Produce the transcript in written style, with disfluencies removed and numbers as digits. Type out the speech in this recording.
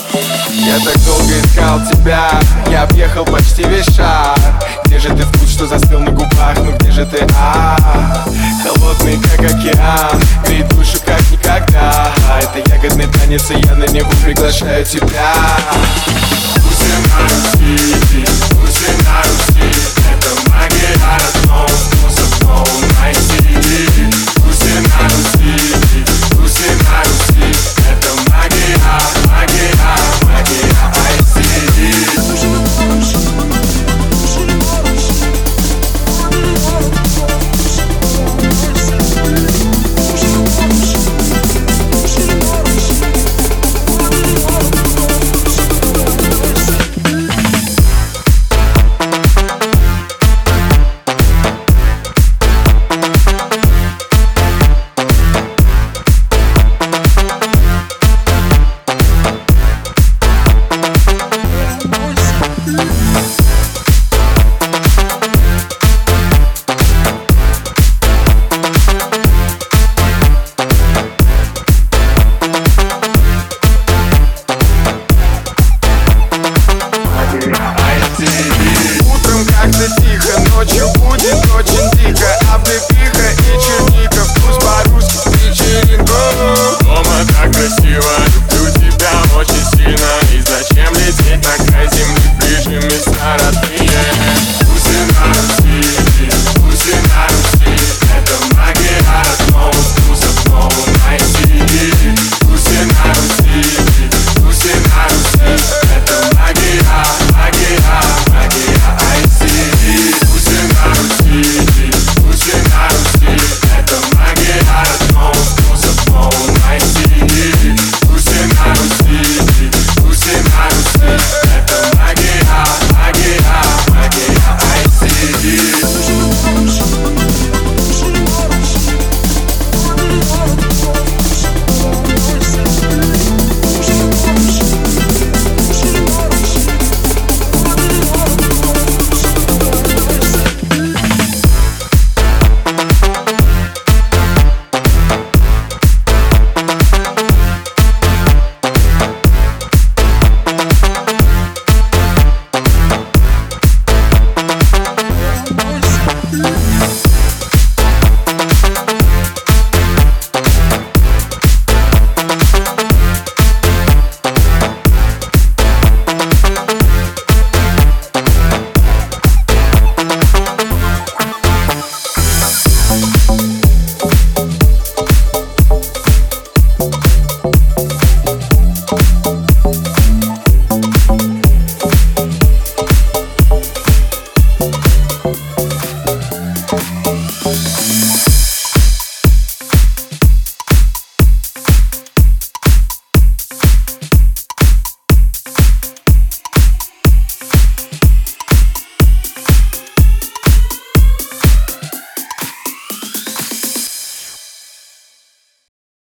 Я так долго искал тебя, я объехал почти весь шар. Где же ты, вкус, что застыл на губах? Ну где же ты, холодный, как океан, греет душу, как никогда. Это ягодный танец, и я на него приглашаю тебя. Это магия родного способа найти. Пусть на Руси, это магия, магия, магия ночью будет очень дико, облепиха и черника, вкус по-русски вечеринку. Дома так красиво, люблю тебя очень сильно. И зачем лететь на край земли, ближе места родные? Пусть на Руси, это магия родного вкуса снова найти. Пусть на Руси, это магия, магия, магия ICD. Пусть на Руси, это магия родного вкуса снова найти. Пусть на Руси, это магия, магия, магия ICD.